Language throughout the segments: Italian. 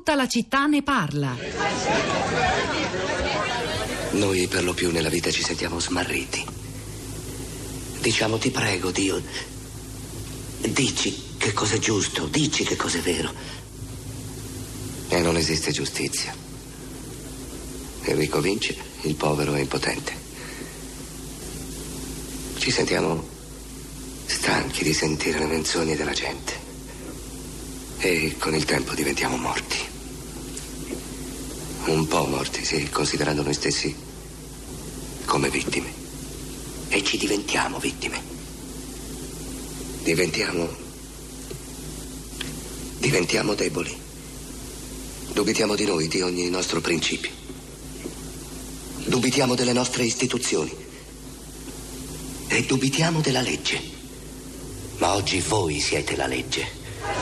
Tutta la città ne parla. Noi per lo più nella vita ci sentiamo smarriti. Diciamo: ti prego, Dio, dici che cosa è giusto, dici che cosa è vero. E non esiste giustizia. Il ricco vince, il povero è impotente. Ci sentiamo stanchi di sentire le menzogne della gente. E con il tempo diventiamo morti. Un po' morti, sì, considerando noi stessi come vittime. E ci diventiamo vittime. Diventiamo deboli. Dubitiamo di noi, di ogni nostro principio. Dubitiamo delle nostre istituzioni. E dubitiamo della legge. Ma oggi voi siete la legge.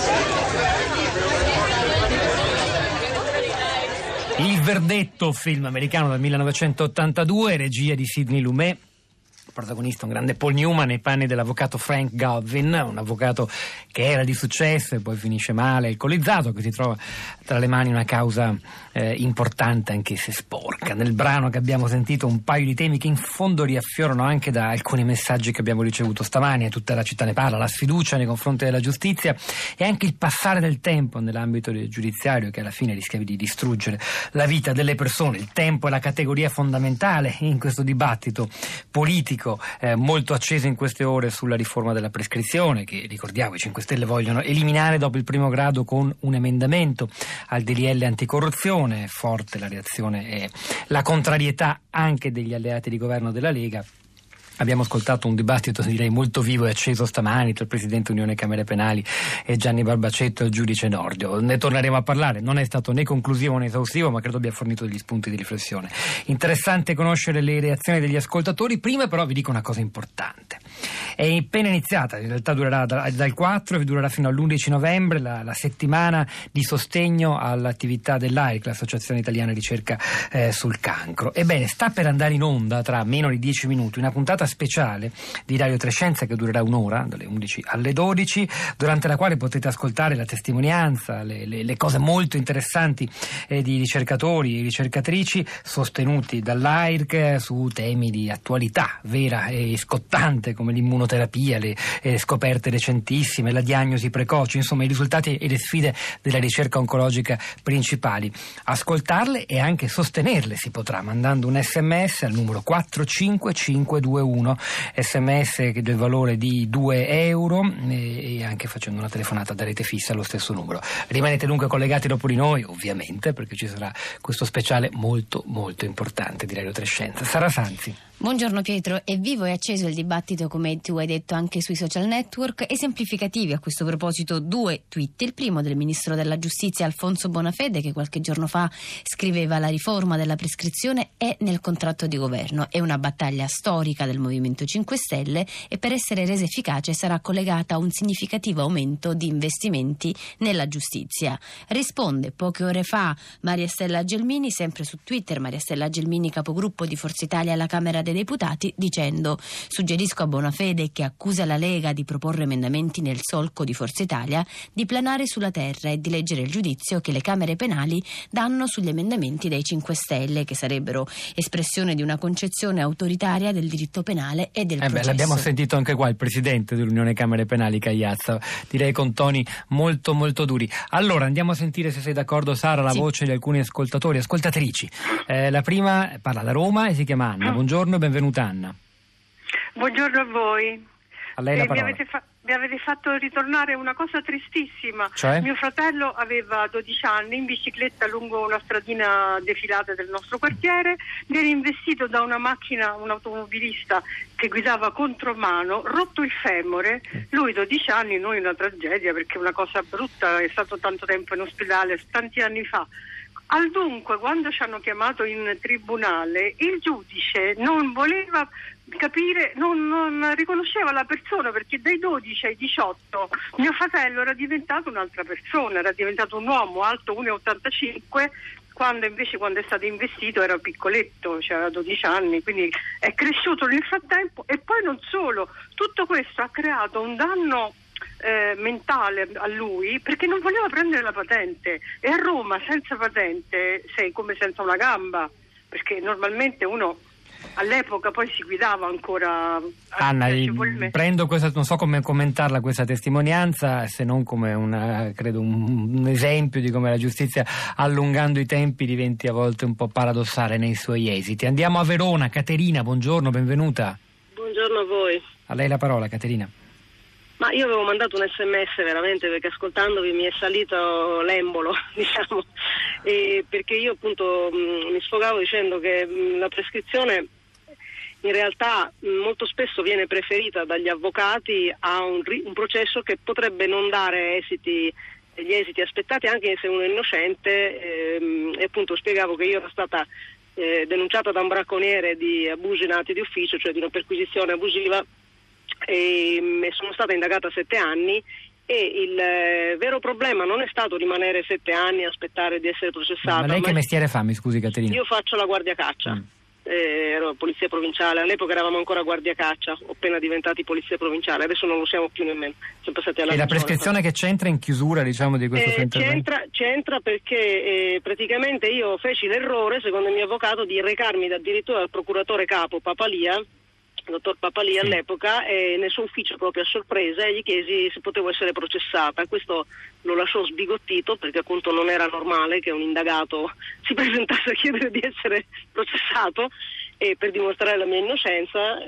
Il Verdetto, film americano del 1982, regia di Sidney Lumet. Protagonista un grande Paul Newman nei panni dell'avvocato Frank Godwin, un avvocato che era di successo e poi finisce male, alcolizzato, che si trova tra le mani una causa importante anche se sporca. Nel brano che abbiamo sentito un paio di temi che in fondo riaffiorano anche da alcuni messaggi che abbiamo ricevuto stamani, e tutta la città ne parla, la sfiducia nei confronti della giustizia e anche il passare del tempo nell'ambito del giudiziario, che alla fine rischia di distruggere la vita delle persone. Il tempo è la categoria fondamentale in questo dibattito politico molto acceso in queste ore sulla riforma della prescrizione, che ricordiamo i 5 Stelle vogliono eliminare dopo il primo grado con un emendamento al DDL anticorruzione. Forte la reazione e la contrarietà anche degli alleati di governo della Lega. Abbiamo ascoltato un dibattito, direi, molto vivo e acceso stamani tra il Presidente Unione Camere Penali e Gianni Barbacetto e il giudice Nordio. Ne torneremo a parlare, non è stato né conclusivo né esaustivo, ma credo abbia fornito degli spunti di riflessione. Interessante conoscere le reazioni degli ascoltatori. Prima però vi dico una cosa importante. È appena iniziata, in realtà durerà dal 4 e durerà fino all'11 novembre la settimana di sostegno all'attività dell'AIRC, l'Associazione Italiana Ricerca sul Cancro. Ebbene, sta per andare in onda tra meno di 10 minuti una puntata speciale di Radio Trescenza che durerà un'ora, dalle 11 alle 12, durante la quale potete ascoltare la testimonianza, le cose molto interessanti di ricercatori e ricercatrici sostenuti dall'AIRC su temi di attualità vera e scottante come l'immunoterapia, le scoperte recentissime, la diagnosi precoce, insomma i risultati e le sfide della ricerca oncologica principali. Ascoltarle e anche sostenerle si potrà mandando un SMS al numero 45521, SMS che del valore di €2 e anche facendo una telefonata da rete fissa allo stesso numero. Rimanete dunque collegati dopo di noi, ovviamente, perché ci sarà questo speciale molto molto importante di Radio Trescenza. Sara Sanzi. Buongiorno Pietro, è vivo e acceso il dibattito, come tu hai detto, anche sui social network. Esemplificativi a questo proposito 2 tweet. Il primo del ministro della giustizia Alfonso Bonafede, che qualche giorno fa scriveva: la riforma della prescrizione è nel contratto di governo, è una battaglia storica del Movimento 5 Stelle e per essere resa efficace sarà collegata a un significativo aumento di investimenti nella giustizia. Risponde poche ore fa Maria Stella Gelmini, sempre su Twitter, Maria Stella Gelmini, capogruppo di Forza Italia alla Camera dei Deputati, dicendo: suggerisco a Bonafede, che accusa la Lega di proporre emendamenti nel solco di Forza Italia, di planare sulla terra e di leggere il giudizio che le Camere penali danno sugli emendamenti dei 5 Stelle, che sarebbero espressione di una concezione autoritaria del diritto penale e del processo. L'abbiamo sentito anche qua il Presidente dell'Unione Camere Penali, Cagliazza, direi con toni molto molto duri. Allora andiamo a sentire, se sei d'accordo Sara, la voce di alcuni ascoltatori, ascoltatrici. La prima parla da Roma e si chiama Anna. Buongiorno e benvenuta Anna. Buongiorno a voi. A lei la parola. Mi avete fatto ritornare una cosa tristissima. Cioè? Mio fratello aveva 12 anni in bicicletta lungo una stradina defilata del nostro quartiere, viene investito da una macchina, un automobilista che guidava contromano, rotto il femore, lui 12 anni, noi una tragedia perché è una cosa brutta, è stato tanto tempo in ospedale, tanti anni fa. Al dunque, quando ci hanno chiamato in tribunale, il giudice non voleva capire, non riconosceva la persona, perché dai 12 ai 18 mio fratello era diventato un'altra persona, era diventato un uomo alto 1,85, quando è stato investito era piccoletto, aveva 12 anni, quindi è cresciuto nel frattempo. E poi non solo, tutto questo ha creato un danno mentale a lui, perché non voleva prendere la patente, e a Roma senza patente sei come senza una gamba, perché normalmente uno all'epoca poi si guidava ancora. Anna, prendo questa, non so come commentarla questa testimonianza, se non come credo un esempio di come la giustizia, allungando i tempi, diventi a volte un po' paradossale nei suoi esiti. Andiamo a Verona. Caterina, buongiorno, benvenuta. Buongiorno a voi. A lei la parola, Caterina. Ma io avevo mandato un SMS veramente, perché ascoltandovi mi è salito l'embolo, diciamo, perché io appunto mi sfogavo dicendo che la prescrizione in realtà molto spesso viene preferita dagli avvocati a un processo che potrebbe non dare gli esiti aspettati, anche se uno è innocente, e appunto spiegavo che io ero stata denunciata da un bracconiere di abusi in atti di ufficio, cioè di una perquisizione abusiva, e sono stata indagata 7 anni, e il vero problema non è stato rimanere 7 anni a aspettare di essere processata. Ma lei che mestiere fa, mi scusi Caterina? Io faccio la guardia caccia. Ero polizia provinciale, all'epoca eravamo ancora guardia caccia, ho appena diventati polizia provinciale, adesso non lo siamo più nemmeno, siamo passati alla. E la prescrizione che c'entra in chiusura, diciamo, di questo suo intervento? C'entra perché praticamente io feci l'errore, secondo il mio avvocato, di recarmi addirittura al procuratore capo Papalia, il dottor Papalia all'epoca, nel suo ufficio proprio a sorpresa, e gli chiesi se potevo essere processata. Questo lo lasciò sbigottito, perché appunto non era normale che un indagato si presentasse a chiedere di essere processato, e per dimostrare la mia innocenza,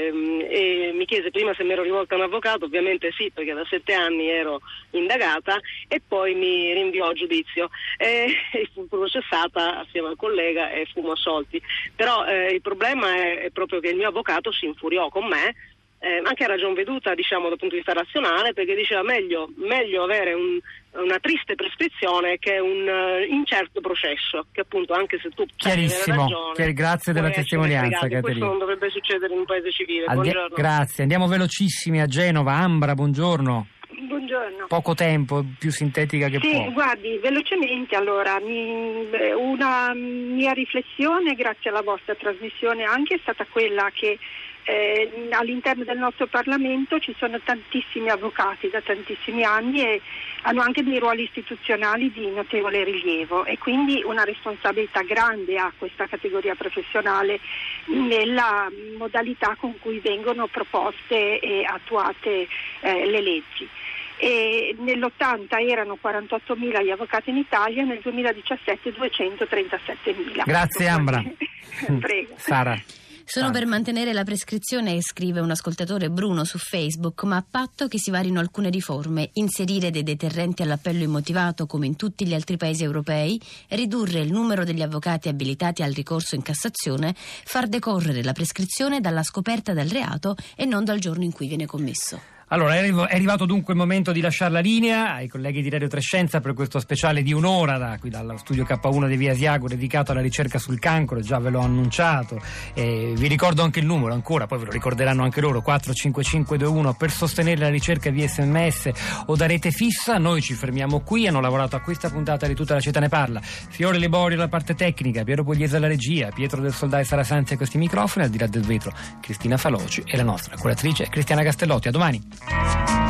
e mi chiese prima se mi ero rivolta a un avvocato. Ovviamente sì, perché da 7 anni ero indagata, e poi mi rinviò a giudizio e fu processata assieme al collega e fummo assolti. Però il problema è proprio che il mio avvocato si infuriò con me, anche a ragion veduta, diciamo, dal punto di vista razionale, perché diceva meglio avere una triste prescrizione che un incerto processo, che appunto, anche se tu chiarissimo, grazie della testimonianza, Caterina. Questo non dovrebbe succedere in un paese civile. Buongiorno. Grazie, andiamo velocissimi a Genova. Ambra, buongiorno. Buongiorno. Poco tempo, più sintetica che può. Sì, guardi, velocemente, allora, una mia riflessione, grazie alla vostra trasmissione anche, è stata quella che all'interno del nostro Parlamento ci sono tantissimi avvocati da tantissimi anni, e hanno anche dei ruoli istituzionali di notevole rilievo, e quindi una responsabilità grande ha questa categoria professionale nella modalità con cui vengono proposte e attuate le leggi. E nell'80 erano 48.000 gli avvocati in Italia, nel 2017 237.000. Grazie Ambra. Prego. Sara. Sono per mantenere la prescrizione, scrive un ascoltatore, Bruno, su Facebook, ma a patto che si varino alcune riforme: inserire dei deterrenti all'appello immotivato come in tutti gli altri paesi europei, ridurre il numero degli avvocati abilitati al ricorso in Cassazione, far decorrere la prescrizione dalla scoperta del reato e non dal giorno in cui viene commesso. Allora, è arrivato dunque il momento di lasciare la linea ai colleghi di Radio Trescenza per questo speciale di un'ora dallo studio K1 di Via Asiago, dedicato alla ricerca sul cancro. Già ve l'ho annunciato, vi ricordo anche il numero ancora, poi ve lo ricorderanno anche loro: 45521 per sostenere la ricerca via SMS o da rete fissa. Noi ci fermiamo qui. Hanno lavorato a questa puntata di Tutta la città ne parla Fiore Liborio alla parte tecnica, Piero Pugliese alla regia, Pietro del Soldà e Sara Sanzi a questi microfoni, al di là del vetro Cristina Faloci e la nostra curatrice Cristiana Castellotti. A domani.